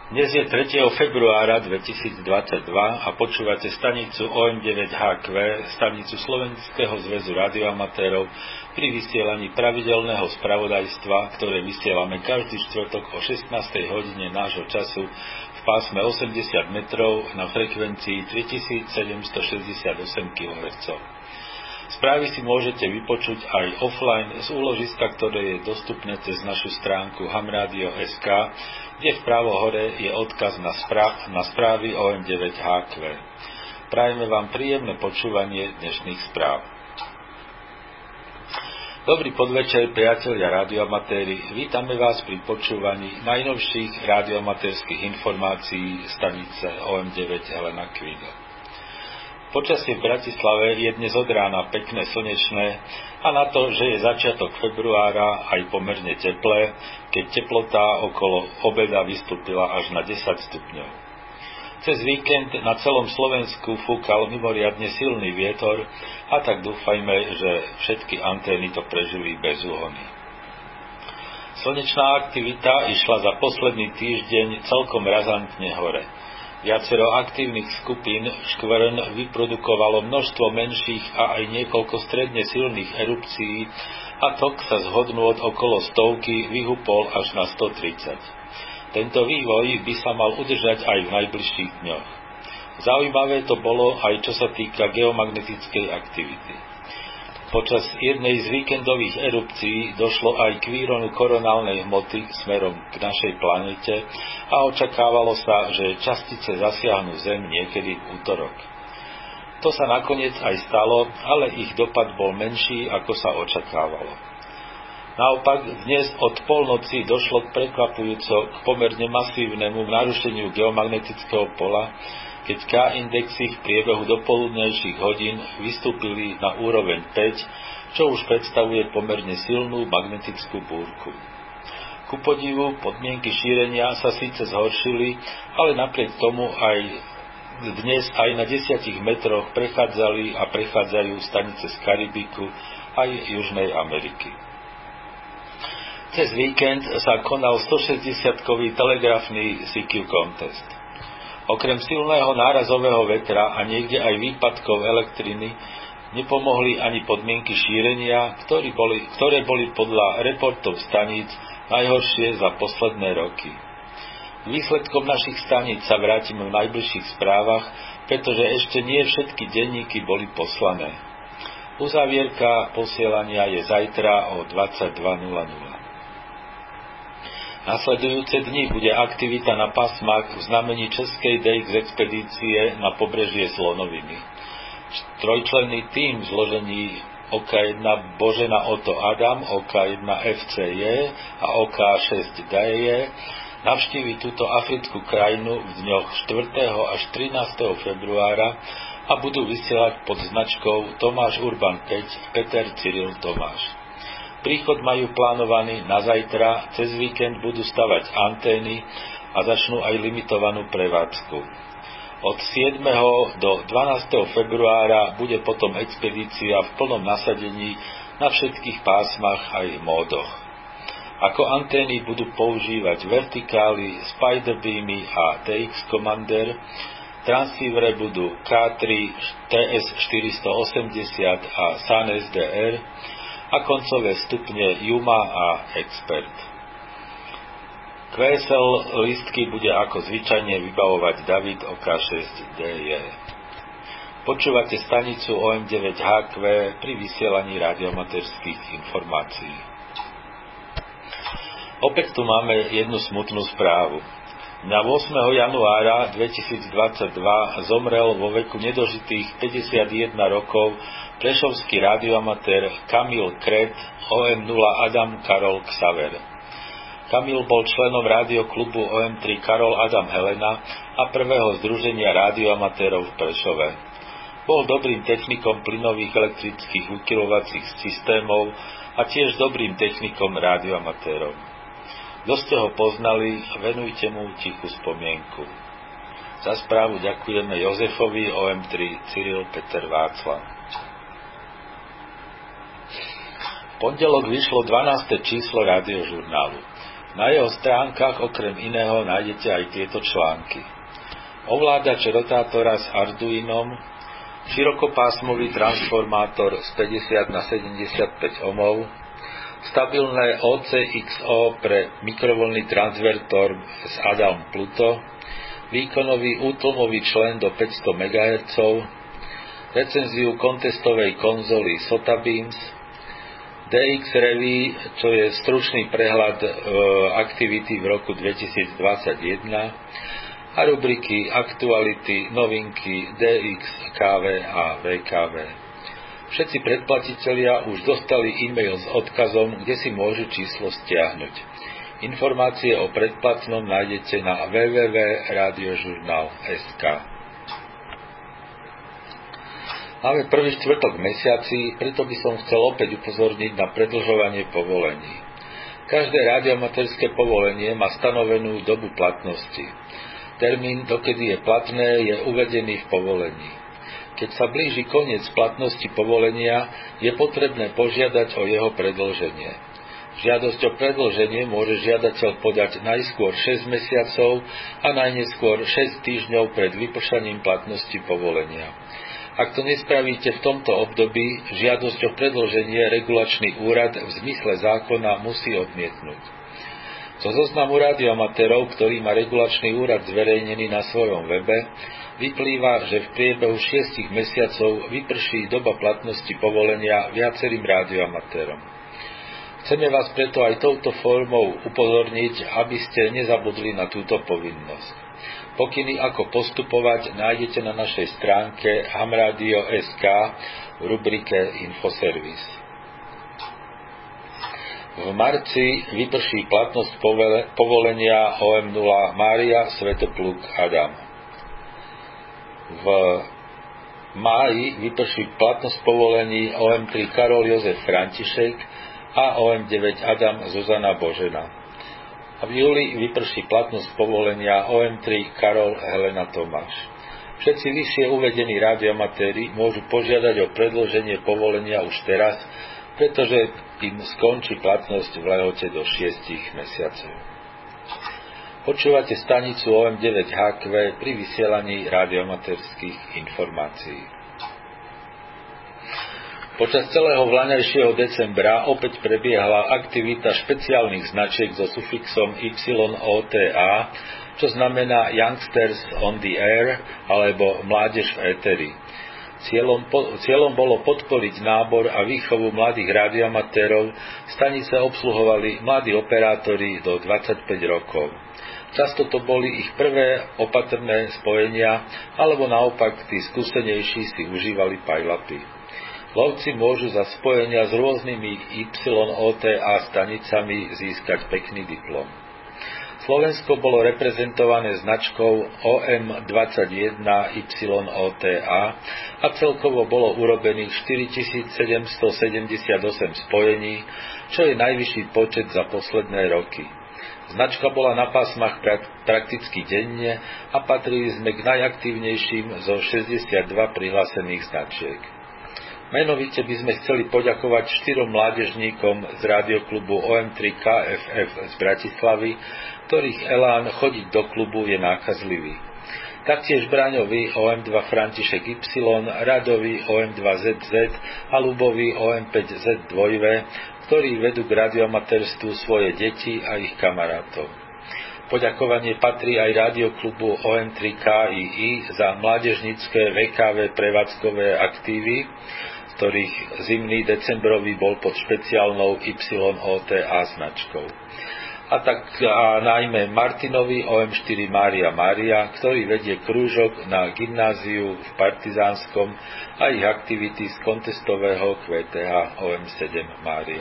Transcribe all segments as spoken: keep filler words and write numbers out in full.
Dnes je tretieho februára dvetisícdvadsaťdva a počúvate stanicu ó em deväť há kvé, stanicu Slovenského zväzu radioamatérov pri vysielaní pravidelného spravodajstva, ktoré vysielame každý štvrtok o šestnástej hodine nášho času v pásme osemdesiat metrov na frekvencii tritisícsedemstošesťdesiatosem kilohertzov. Správy si môžete vypočuť aj offline z úložiska, ktoré je dostupné cez našu stránku hamradio bodka es ká, kde vpravo hore je odkaz na, správ, na správy ó em deväť há kvé. Prajeme vám príjemné počúvanie dnešných správ. Dobrý podvečer, priatelia radioamatéri. Vítame vás pri počúvaní najnovších radioamatérskych informácií stanice ó em deväť Helena Kvídl. Počasie v Bratislave je dnes od rána pekné slnečné a na to, že je začiatok februára, aj pomerne teplé, keď teplota okolo obeda vystúpila až na desať stupňov. Cez víkend na celom Slovensku fúkal mimoriadne silný vietor a tak dúfajme, že všetky antény to prežili bez úhony. Slnečná aktivita išla za posledný týždeň celkom razantne hore. Viacero aktívnych skupín škvrn vyprodukovalo množstvo menších a aj niekoľko stredne silných erupcií a tok sa zhodnú od okolo stovky vyhupol až na stotridsať. Tento vývoj by sa mal udržať aj v najbližších dňoch. Zaujímavé to bolo aj čo sa týka geomagnetickej aktivity. Počas jednej z víkendových erupcií došlo aj k výronu koronálnej hmoty smerom k našej planete a očakávalo sa, že častice zasiahnu Zem niekedy v útorok. To sa nakoniec aj stalo, ale ich dopad bol menší, ako sa očakávalo. Naopak, dnes od polnoci došlo k prekvapujúco k pomerne masívnemu narušeniu geomagnetického pola, keď K-indexy v priebehu dopoludnejších hodín vystúpili na úroveň päť, čo už predstavuje pomerne silnú magnetickú búrku. Ku podivu podmienky šírenia sa síce zhoršili, ale napriek tomu aj dnes aj na desiatich metroch prechádzali a prechádzajú stanice z Karibiku aj Južnej Ameriky. Cez víkend sa konal stošesťdesiatkový telegrafný sí kjú contest. Okrem silného nárazového vetra a niekde aj výpadkov elektriny nepomohli ani podmienky šírenia, ktoré boli, ktoré boli podľa reportov staníc najhoršie za posledné roky. K výsledkom našich staníc sa vrátime v najbližších správach, pretože ešte nie všetky denníky boli poslané. Uzávierka posielania je zajtra o dvadsaťdva nula nula. Nasledujúce dni bude aktivita na pásmach v znamení Českej dé iks expedície na pobrežie Slonoviny. Trojčlenný tím v zložení ó ká jeden Božena Otto Adam, ó ká jeden ef cé jé a ó ká šesť dé jé navštívi túto africkú krajinu v dňoch štvrtého až trinásteho februára a budú vysielať pod značkou Tomáš Urban päť Peter Cyril Tomáš. Príchod majú plánovaný na zajtra, cez víkend budú stavať antény a začnú aj limitovanú prevádzku. Od siedmeho do dvanásteho februára bude potom expedícia v plnom nasadení na všetkých pásmach aj módoch. Ako antény budú používať vertikály, spiderbeamy a té iks Commander, transceivere budú ká tri, té es štyristoosemdesiat a SAN es dé er, a koncové stupne Juma a Expert. kvé es el lístky bude ako zvyčajne vybavovať David ó ká šesť dé jé. Počúvate stanicu ó em deväť há kvé pri vysielaní radioamatérskych informácií. Opäť tu máme jednu smutnú správu. Na ôsmeho januára dvetisícdvadsaťdva zomrel vo veku nedožitých päťdesiatjeden rokov prešovský radioamatér Kamil Kret ó em nula Adam Karol Xaver. Kamil bol členom rádioklubu ó em tri Karol Adam Helena a prvého združenia radioamatérov v Prešove. Bol dobrým technikom plynových elektrických vykyľovacích systémov a tiež dobrým technikom radioamatérov. Kto ste ho poznali, venujte mu tichú spomienku. Za správu ďakujeme Jozefovi ó em tri Cyril Peter Václav. V pondelok vyšlo dvanáste číslo radiožurnálu. Na jeho stránkach okrem iného nájdete aj tieto články. Ovládač rotátora s Arduinom, širokopásmový transformátor z päťdesiat na sedemdesiatpäť ohmov, stabilné ó cé iks ó pre mikrovlnný transvertor z Adam Pluto, výkonový útlmový člen do päťsto megahertzov, recenziu kontestovej konzoly Sotabeams, dé iks Review, čo je stručný prehľad e, aktivity v roku dvetisícdvadsaťjeden a rubriky aktuality, novinky, dé iks, ká vé a vé ká vé. Všetci predplatitelia už dostali e-mail s odkazom, kde si môžu číslo stiahnuť. Informácie o predplatnom nájdete na w w w bodka radiožurnál bodka es ká. Máme prvý štvrtok v mesiaci, preto by som chcel opäť upozorniť na predĺžovanie povolení. Každé radioamatérske povolenie má stanovenú dobu platnosti. Termín, dokedy je platné, je uvedený v povolení. Keď sa blíži koniec platnosti povolenia, je potrebné požiadať o jeho predĺženie. Žiadosť o predĺženie môže žiadateľ podať najskôr šesť mesiacov a najneskôr šesť týždňov pred vypršaním platnosti povolenia. Ak to nespravíte v tomto období, žiadosť o predĺženie regulačný úrad v zmysle zákona musí odmietnúť. Zo zoznamu radioamatérov, ktorý má regulačný úrad zverejnený na svojom webe, vyplýva, že v priebehu šiestich mesiacov vyprší doba platnosti povolenia viacerým radioamatérom. Chceme vás preto aj touto formou upozorniť, aby ste nezabudli na túto povinnosť. Pokyny, ako postupovať, nájdete na našej stránke hamradio bodka es ká v rubrike Infoservis. V marci vyprší platnosť povolenia ó em nula Mária Svetopluk Adam. V máji vyprší platnosť povolení ó em tri Karol Jozef František a ó em deväť Adam Zuzana Božena. A v júli vyprší platnosť povolenia ó em tri Karol Helena Tomáš. Všetci vyššie uvedení radioamatéri môžu požiadať o predĺženie povolenia už teraz, pretože im skončí platnosť v lehote do šiestich mesiacov. Počúvate stanicu ó em deväť há kvé pri vysielaní radioamatérskych informácií. Počas celého vlaňajšieho decembra opäť prebiehala aktivita špeciálnych značiek so sufixom Y O T A, čo znamená Youngsters on the Air alebo Mládež v éteri. Cieľom, po, cieľom bolo podporiť nábor a výchovu mladých radioamatérov. Stanice obsluhovali mladí operátori do dvadsaťpäť rokov. Často to boli ich prvé opatrné spojenia, alebo naopak tí skúsenejší si užívali pajlapy. Lovci môžu za spojenia s rôznymi Y O T A stanicami získať pekný diplom. Slovensko bolo reprezentované značkou ó em dvadsaťjeden Y O T A a celkovo bolo urobených štyritisícsedemstosedemdesiatosem spojení, čo je najvyšší počet za posledné roky. Značka bola na pásmach prakticky denne a patrili sme k najaktívnejším zo šesťdesiatdva prihlásených značiek. Menovite by sme chceli poďakovať štyrom mládežníkom z rádioklubu ó em tri ká ef ef z Bratislavy, ktorých elán chodiť do klubu je nákazlivý. Taktiež Braňovi ó em dva František Y, Radovi ó em dva zet zet a Ľubovi ó em päť zet dva, ktorí vedú k radioamatérstvu svoje deti a ich kamarátov. Poďakovanie patrí aj rádioklubu ó em tri ká í í za mládežnícke vé ká vé prevádzkové aktívy, ktorých zimný decembrový bol pod špeciálnou Y O T A značkou. A tak a najmä Martinovi ó em štyri Mária Mária, ktorý vedie krúžok na gymnáziu v Partizánskom a ich aktivity z kontestového kvé té há ó em sedem Mária.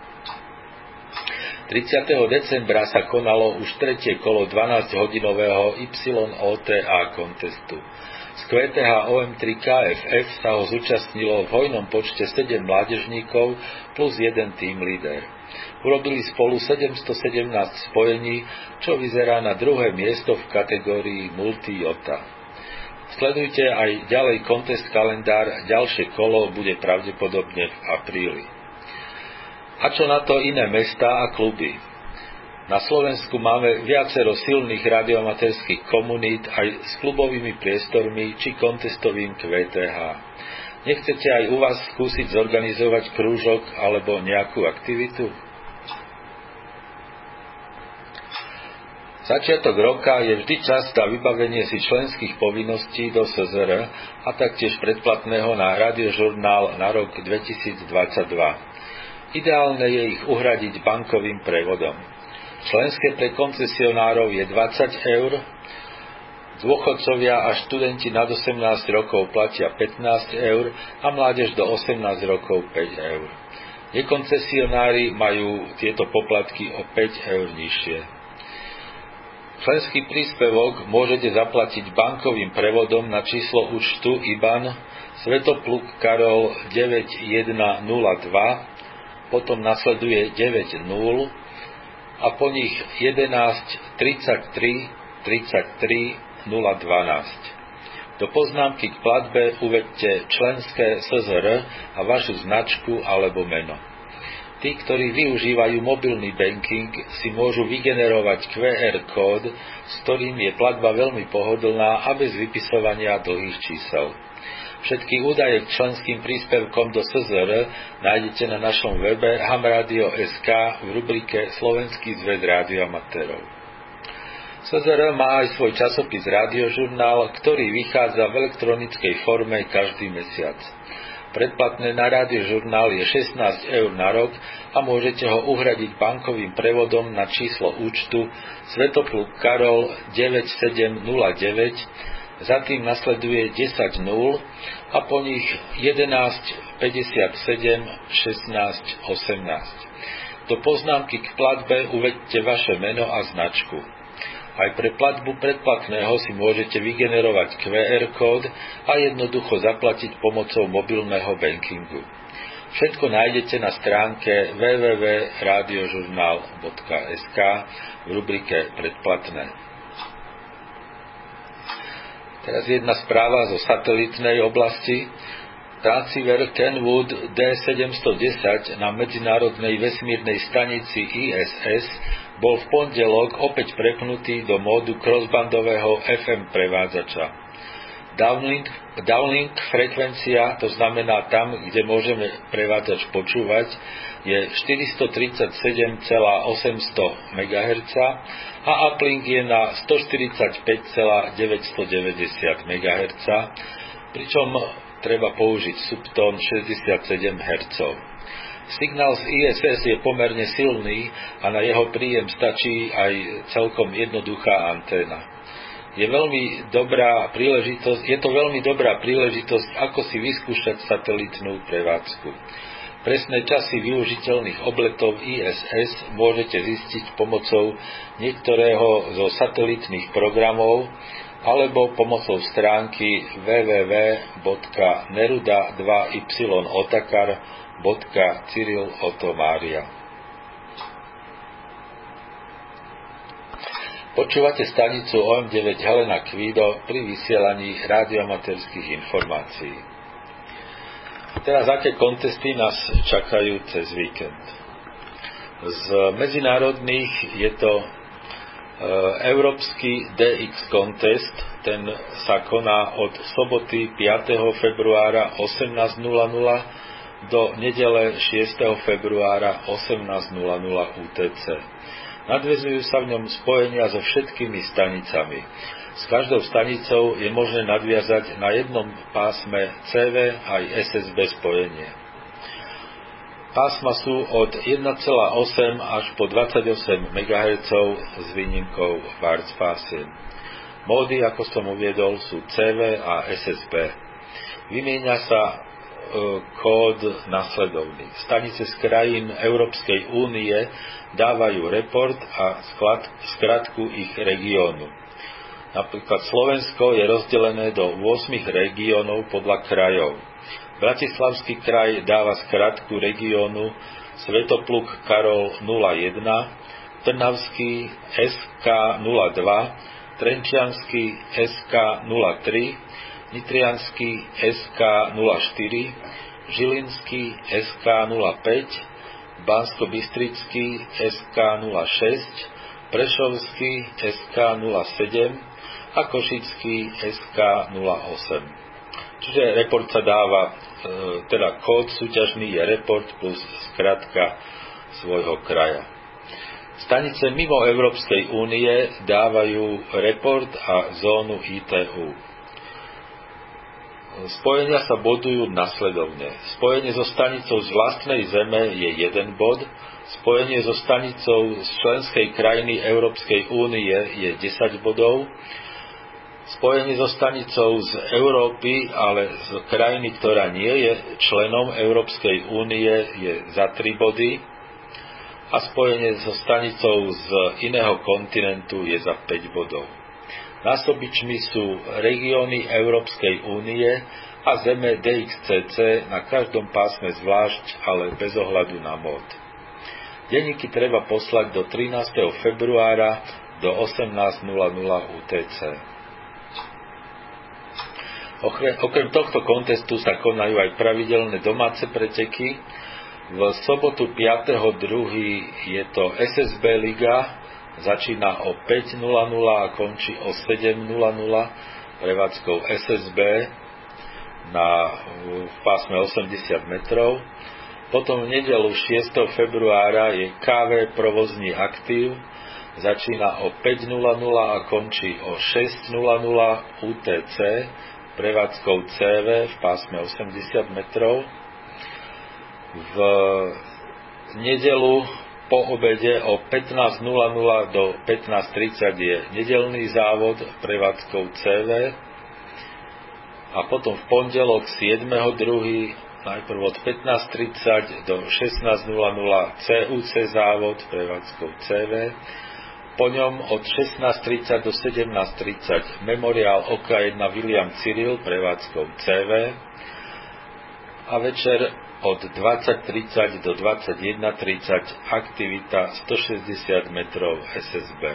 tridsiateho decembra sa konalo už tretie kolo dvanásťhodinového Y O T A kontestu. Z kvé té há ó em tri ká ef ef sa ho zúčastnilo v hojnom počte sedem mládežníkov plus jeden team líder. Urobili spolu sedemstosedemnásť spojení, čo vyzerá na druhé miesto v kategórii Multi-Jota. Sledujte aj ďalej kontest kalendár, ďalšie kolo bude pravdepodobne v apríli. A čo na to iné mestá a kluby? Na Slovensku máme viacero silných radioamatérskych komunít aj s klubovými priestormi či kontestovým kvé té há. Nechcete aj u vás skúsiť zorganizovať krúžok alebo nejakú aktivitu? Začiatok roka je vždy čas na vybavenie si členských povinností do es zet er a taktiež predplatného na radiožurnál na rok dvetisícdvadsaťdva. Ideálne je ich uhradiť bankovým prevodom. Členské pre koncesionárov je dvadsať eur, dôchodcovia a študenti nad osemnásť rokov platia pätnásť eur a mládež do osemnásť rokov päť eur. Nekoncesionári majú tieto poplatky o päť eur nižšie. Členský príspevok môžete zaplatiť bankovým prevodom na číslo účtu í ban Svetopluk Karol deväť jeden nula dva, potom nasleduje deväť nula a po nich jedenásť tridsaťtri tridsaťtri nula dvanásť. Do poznámky k platbe uvedte členské es zet er a vašu značku alebo meno. Tí, ktorí využívajú mobilný banking, si môžu vygenerovať kvé er kód, s ktorým je platba veľmi pohodlná a bez vypisovania dlhých čísel. Všetky údaje k členským príspevkom do es zet er nájdete na našom webe hamradio bodka es ká v rubrike Slovenský zväz rádioamatérov. es zet er má aj svoj časopis Radiožurnál, ktorý vychádza v elektronickej forme každý mesiac. Predplatné na Radiožurnál je šestnásť eur na rok a môžete ho uhradiť bankovým prevodom na číslo účtu Svetopluk Karol deväť sedem nula deväť, za tým nasleduje desať nula a po nich jedenásť päťdesiatsedem šestnásť osemnásť. Do poznámky k platbe uvedte vaše meno a značku. Aj pre platbu predplatného si môžete vygenerovať kvé er kód a jednoducho zaplatiť pomocou mobilného bankingu. Všetko nájdete na stránke w w w bodka radiožurnál bodka es ká v rubrike Predplatné. Teraz jedna správa zo satelitnej oblasti. Transceiver Kenwood dé sedemstodesať na medzinárodnej vesmírnej stanici í es es bol v pondelok opäť prepnutý do módu crossbandového ef em prevádzača. Downlink, downlink frekvencia, to znamená tam, kde môžeme prevádzač počúvať, je štyristotridsaťsedem celá osemsto megahertzov a uplink je na stoštyridsaťpäť celá deväťstodeväťdesiat megahertzov, pričom treba použiť subtón šesťdesiatsedem hertzov. Signál z í es es je pomerne silný a na jeho príjem stačí aj celkom jednoduchá anténa. Je veľmi dobrá príležitosť, je to veľmi dobrá príležitosť, ako si vyskúšať satelitnú prevádzku. Presné časy využiteľných obletov í es es môžete zistiť pomocou niektorého zo satelitných programov alebo pomocou stránky w w w bodka neruda dva y otakar bodka cyril otto mária. Počúvate stanicu ó em deväť Helena Kvido pri vysielaní rádioamatérskych informácií. Teraz aké kontesty nás čakajú cez víkend? Z medzinárodných je to e, Európsky dé iks Contest, ten sa koná od soboty piateho februára osemnásť nula nula do nedele šiesteho februára osemnásť nula nula ú té cé. Nadväzujú sa v ňom spojenia so všetkými stanicami. S každou stanicou je možné nadviazať na jednom pásme cé vé aj es es bé spojenie. Pásma sú od jeden celá osem až po dvadsaťosem megahertzov s výnimkou Varc pásiem. Módy, ako som uviedol, sú cé vé a es es bé. Vymieňa sa e, kód nasledovný. Stanice z krajín Európskej únie dávajú report a sklad, skratku ich regiónu. Napríklad Slovensko je rozdelené do ôsmich regiónov podľa krajov. Bratislavský kraj dáva skratku regiónu Svetopluk Karol nula jeden, Trnavský es ká nula dva, Trenčiansky es ká nula tri, Nitriansky es ká nula štyri, Žilinský es ká nula päť, Banskobystrický es ká nula šesť, Prešovský es ká nula sedem a Košický es ká nula osem. Čiže report sa dáva, e, teda kód súťažný je report plus skratka svojho kraja. Stanice mimo Európskej únie dávajú report a zónu í té ú. Spojenia sa bodujú nasledovne. Spojenie so stanicou z vlastnej zeme je jeden bod, spojenie so stanicou z členskej krajiny Európskej únie je desať bodov, spojenie so stanicou z Európy, ale z krajiny, ktorá nie je členom Európskej únie, je za tri body a spojenie so stanicou z iného kontinentu je za päť bodov. Násobičmi sú regióny Európskej únie a zeme dé iks cé cé na každom pásme zvlášť, ale bez ohľadu na mód. Denníky treba poslať do trinásteho februára do osemnásť nula nula ú té cé. Okrem tohto kontestu sa konajú aj pravidelné domáce preteky. V sobotu piateho druhého je to es es bé Liga, začína o päť nula nula a končí o sedem nula nula prevádzkou es es bé na v pásme osemdesiat metrov. Potom v nedeľu šiesteho februára je ká vé provozní aktív, začína o päť nula nula a končí o šesť nula nula ú té cé prevádzkou cé vé v pásme osemdesiat metrov. V nedeľu po obede o pätnásť nula nula do pätnásť tridsať je nedeľný závod prevádzkou cé vé a potom v pondelok siedmeho druhého najprv od pätnásť tridsať do šestnásť nula nula cé ú cé závod prevádzkou cé vé, po ňom od šestnásť tridsať do sedemnásť tridsať memoriál ó ká jeden William Cyril prevádzkou cé vé a večer od dvadsať tridsať do dvadsaťjeden tridsať aktivita stošesťdesiat metrov es es bé.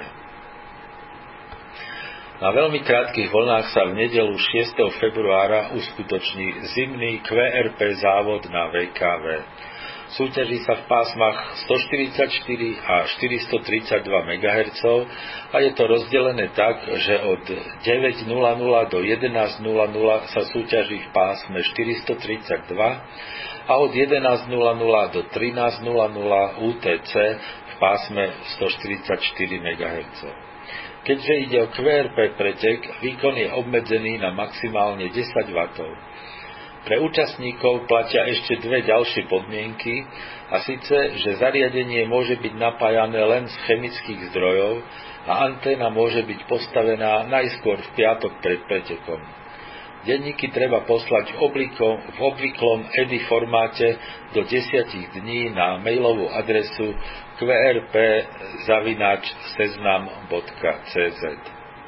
Na veľmi krátkych vlnách sa v nedeľu šiesteho februára uskutoční zimný kvé er pé závod na vé ká vé. Súťaží sa v pásmach stoštyridsaťštyri a štyristotridsaťdva megahertzov a je to rozdelené tak, že od deväť nula nula do jedenásť nula nula sa súťaží v pásme štyristotridsaťdva a od jedenásť nula nula do trinásť nula nula ú té cé v pásme stoštyridsaťštyri megahertzov. Keďže ide o kvé er pé pretek, výkon je obmedzený na maximálne desať wattov. Pre účastníkov platia ešte dve ďalšie podmienky, a síce, že zariadenie môže byť napájané len z chemických zdrojov a anténa môže byť postavená najskôr v piatok pred pretekom. Denníky treba poslať v, oblikom, v obvyklom é dé í formáte do desiatich dní na mailovú adresu kvé er pé zavináč seznam bodka cé zet.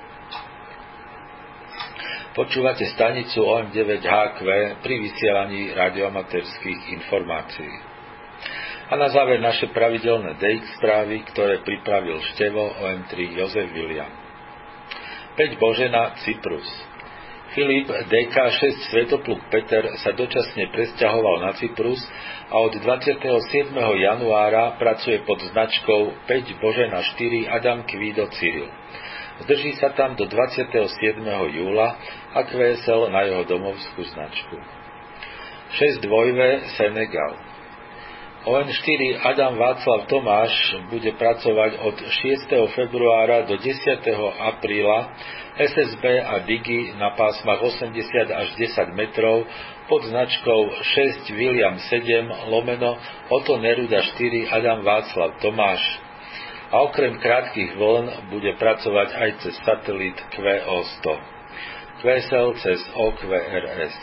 Počúvate stanicu ó em deväť há kvé pri vysielaní radioamatérskych informácií. A na záver naše pravidelné dé iks správy, ktoré pripravil števo ó em tri Jozef William. päť Božena, Cyprus. Filip dé ká šesť Svetopluk Peter sa dočasne presťahoval na Cyprus a od dvadsiateho siedmeho januára pracuje pod značkou päť Božena štyri Adam Kvído Cyril. Zdrží sa tam do dvadsiateho siedmeho júla a kvésel na jeho domovskú značku. šesť dvojvé Senegal. ó en štyri Adam Václav Tomáš bude pracovať od šiesteho februára do desiateho apríla es es bé a Digi na pásmach osemdesiat až desať metrov pod značkou šesť William sedem lomeno Otto Neruda štyri Adam Václav Tomáš a okrem krátkych vln bude pracovať aj cez satelit kvé ó sto. Kvésel cez ó kvé er es.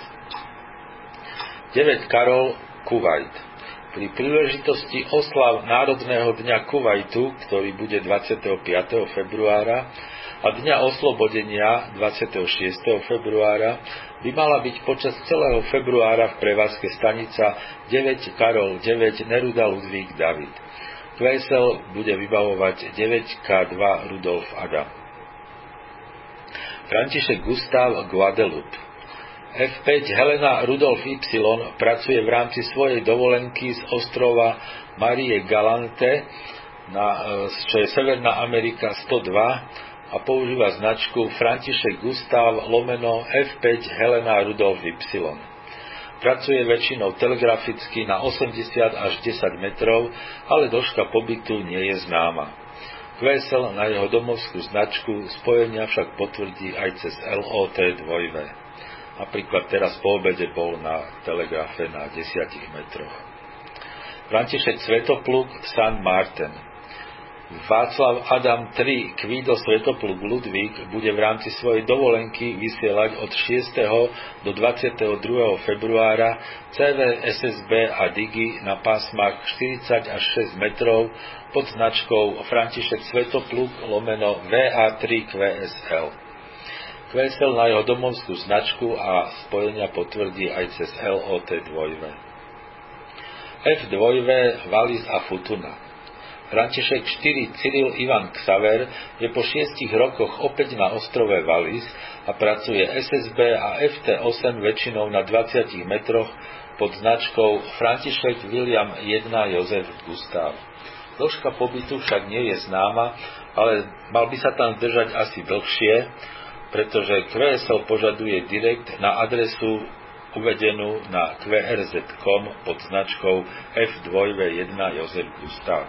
deväť Karol, Kuvajt. Pri príležitosti oslav Národného dňa Kuvajtu, ktorý bude dvadsiateho piateho februára, a dňa oslobodenia dvadsiateho šiesteho februára, by mala byť počas celého februára v prevádzke stanica deväť Karol deväť Neruda Ludvík David. Kvésel bude vybavovať deväť ká dva Rudolf Adam. František Gustav, Guadeloupe. ef päť Helena Rudolf Y pracuje v rámci svojej dovolenky z ostrova Marie Galante na, čo je Severná Amerika sto dva a používa značku František Gustav lomeno ef päť Helena Rudolf Y. Pracuje väčšinou telegraficky na osemdesiat až desať metrov, ale dĺžka pobytu nie je známa. kvé es el na jeho domovskú značku spojenia však potvrdí aj cez el ó té dva vé. Napríklad teraz po obede bol na telegrafe na desiatich metroch. František Svetopluk San Martin. Václav Adam tri Kvído Svetopluk Ludvík bude v rámci svojej dovolenky vysielať od šiesteho do dvadsiateho druhého februára cé vé, es es bé a Digi na pásmach štyridsať až šesť metrov pod značkou František Svetopluk lomeno vé á tri kvé es el. kvé es el na jeho domovskú značku a spojenia potvrdí aj cez el ó té dva vé. ef dva vé Wallis a Futuna. František štyri Cyril Ivan Xaver je po šiestich rokoch opäť na ostrove Wallis a pracuje es es bé a ef té osem väčšinou na dvadsiatich metroch pod značkou František William jeden Jozef Gustav. Dĺžka pobytu však nie je známa, ale mal by sa tam zdržať asi dlhšie, pretože kvé es el požaduje direkt na adresu uvedenú na kvé er zet bodka com pod značkou ef dva vé jeden Jozef Gustav.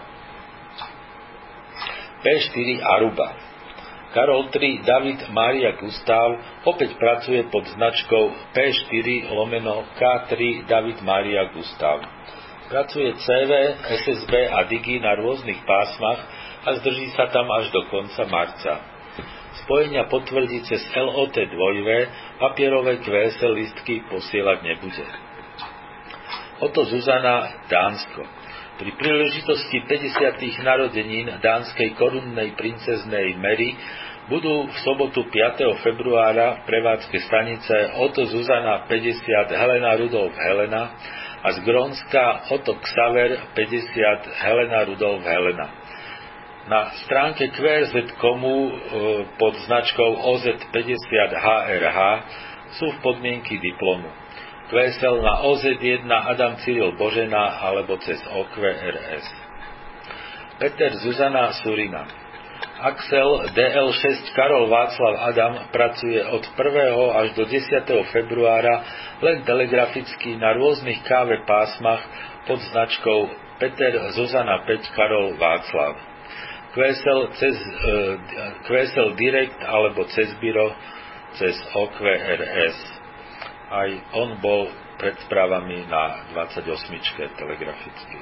pé štyri Aruba. Karol tri David Mária Gustav opäť pracuje pod značkou pé štyri lomeno ká tri David Mária Gustav. Pracuje cé vé, es es bé a Digi na rôznych pásmach a zdrží sa tam až do konca marca. Spojenia potvrdí cez el ó té dva vé, papierové kvé es el listky posielať nebude. Oto Zuzana, Dánsko. Pri príležitosti päťdesiatych narodenín dánskej korunnej princeznej Mary budú v sobotu piateho februára prevádzke stanice Oto Zuzana päťdesiat Helena Rudolf Helena a z Grónska Oto Xaver päťdesiat Helena Rudolf Helena. Na stránke kvé er zet bodka com pod značkou ó zet päťdesiat há er há sú v podmienky diplomu. kvé es el na ó zet jeden Adam Cyril Božena alebo cez ó kvé er es. Peter Zuzana Surina. Axel dé el šesť Karol Václav Adam pracuje od prvého až do desiateho februára len telegraficky na rôznych ká vé pásmach pod značkou Peter Zuzana päť Karol Václav. kvé es el, cez, kvé es el Direct alebo cez Biro cez ó kvé er es. Aj on bol pred správami na dvadsaťosmičke telegraficky.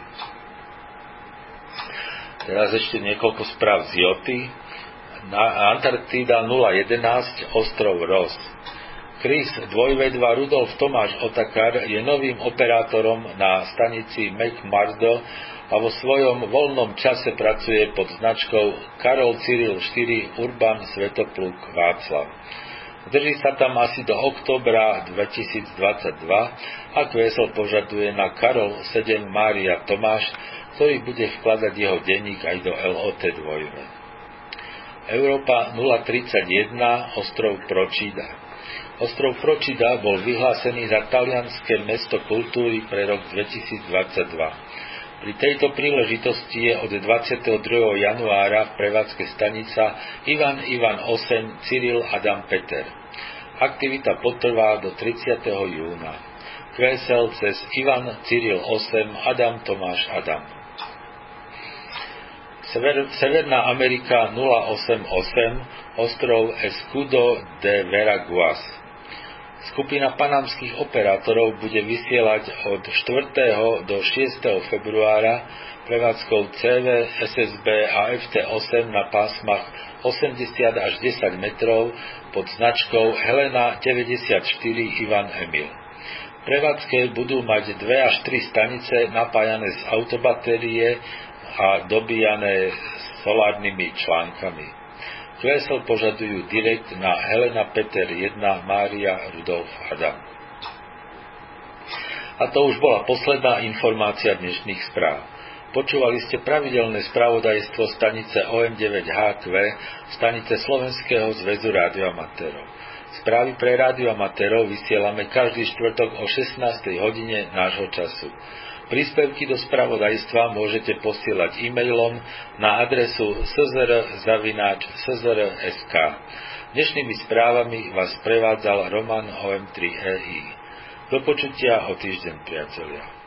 Teraz ešte niekoľko správ z Joty. Na Antarktída nula jedenásť, ostrov Ross. Chris dva vé dva Rudolf Tomáš Otakar je novým operátorom na stanici McMurdo a vo svojom voľnom čase pracuje pod značkou Karol Cyril štyri Urban Svetopluk Václav. Drží sa tam asi do októbra dvetisícdvadsaťdva a kvé es el požaduje na Karol sedem Mária Tomáš, ktorý bude vkladať jeho denník aj do el ó té dva vé. Európa nula tridsaťjeden, ostrov Procida. Ostrov Procida bol vyhlásený za talianske mesto kultúry pre rok dvetisícdvadsaťdva. Pri tejto príležitosti je od dvadsiateho druhého januára v prevádzke stanica Ivan Ivan osem Cyril Adam Peter. Aktivita potrvá do tridsiateho júna. kvé es el cez Ivan Cyril osem Adam Tomáš Adam. Sever, Severná Amerika nula osem osem, ostrov Escudo de Veraguas. Skupina panamských operátorov bude vysielať od štvrtého do šiesteho februára prevádzkou cé vé, es es bé a ef té osem na pásmach osemdesiat až desať metrov pod značkou Helena deväťdesiatštyri Ivan Emil. Prevádzke budú mať dve až tri stanice napájané z autobatérie a dobíjané solárnymi článkami. kvé es el požadujú direkt na Helena Peter jeden Mária Rudolf Adam. A to už bola posledná informácia dnešných správ. Počúvali ste pravidelné spravodajstvo stanice ó em deväť há kvé, stanice Slovenského zväzu rádioamatérov. Správy pre rádioamatérov vysielame každý štvrtok o šestnástej hodine nášho času. Príspevky do spravodajstva môžete posielať e-mailom na adresu es zet er zavináč es zet er bodka es ká. Dnešnými správami vás prevádzal Roman O M tri E I. Do počutia o týždeň, priatelia.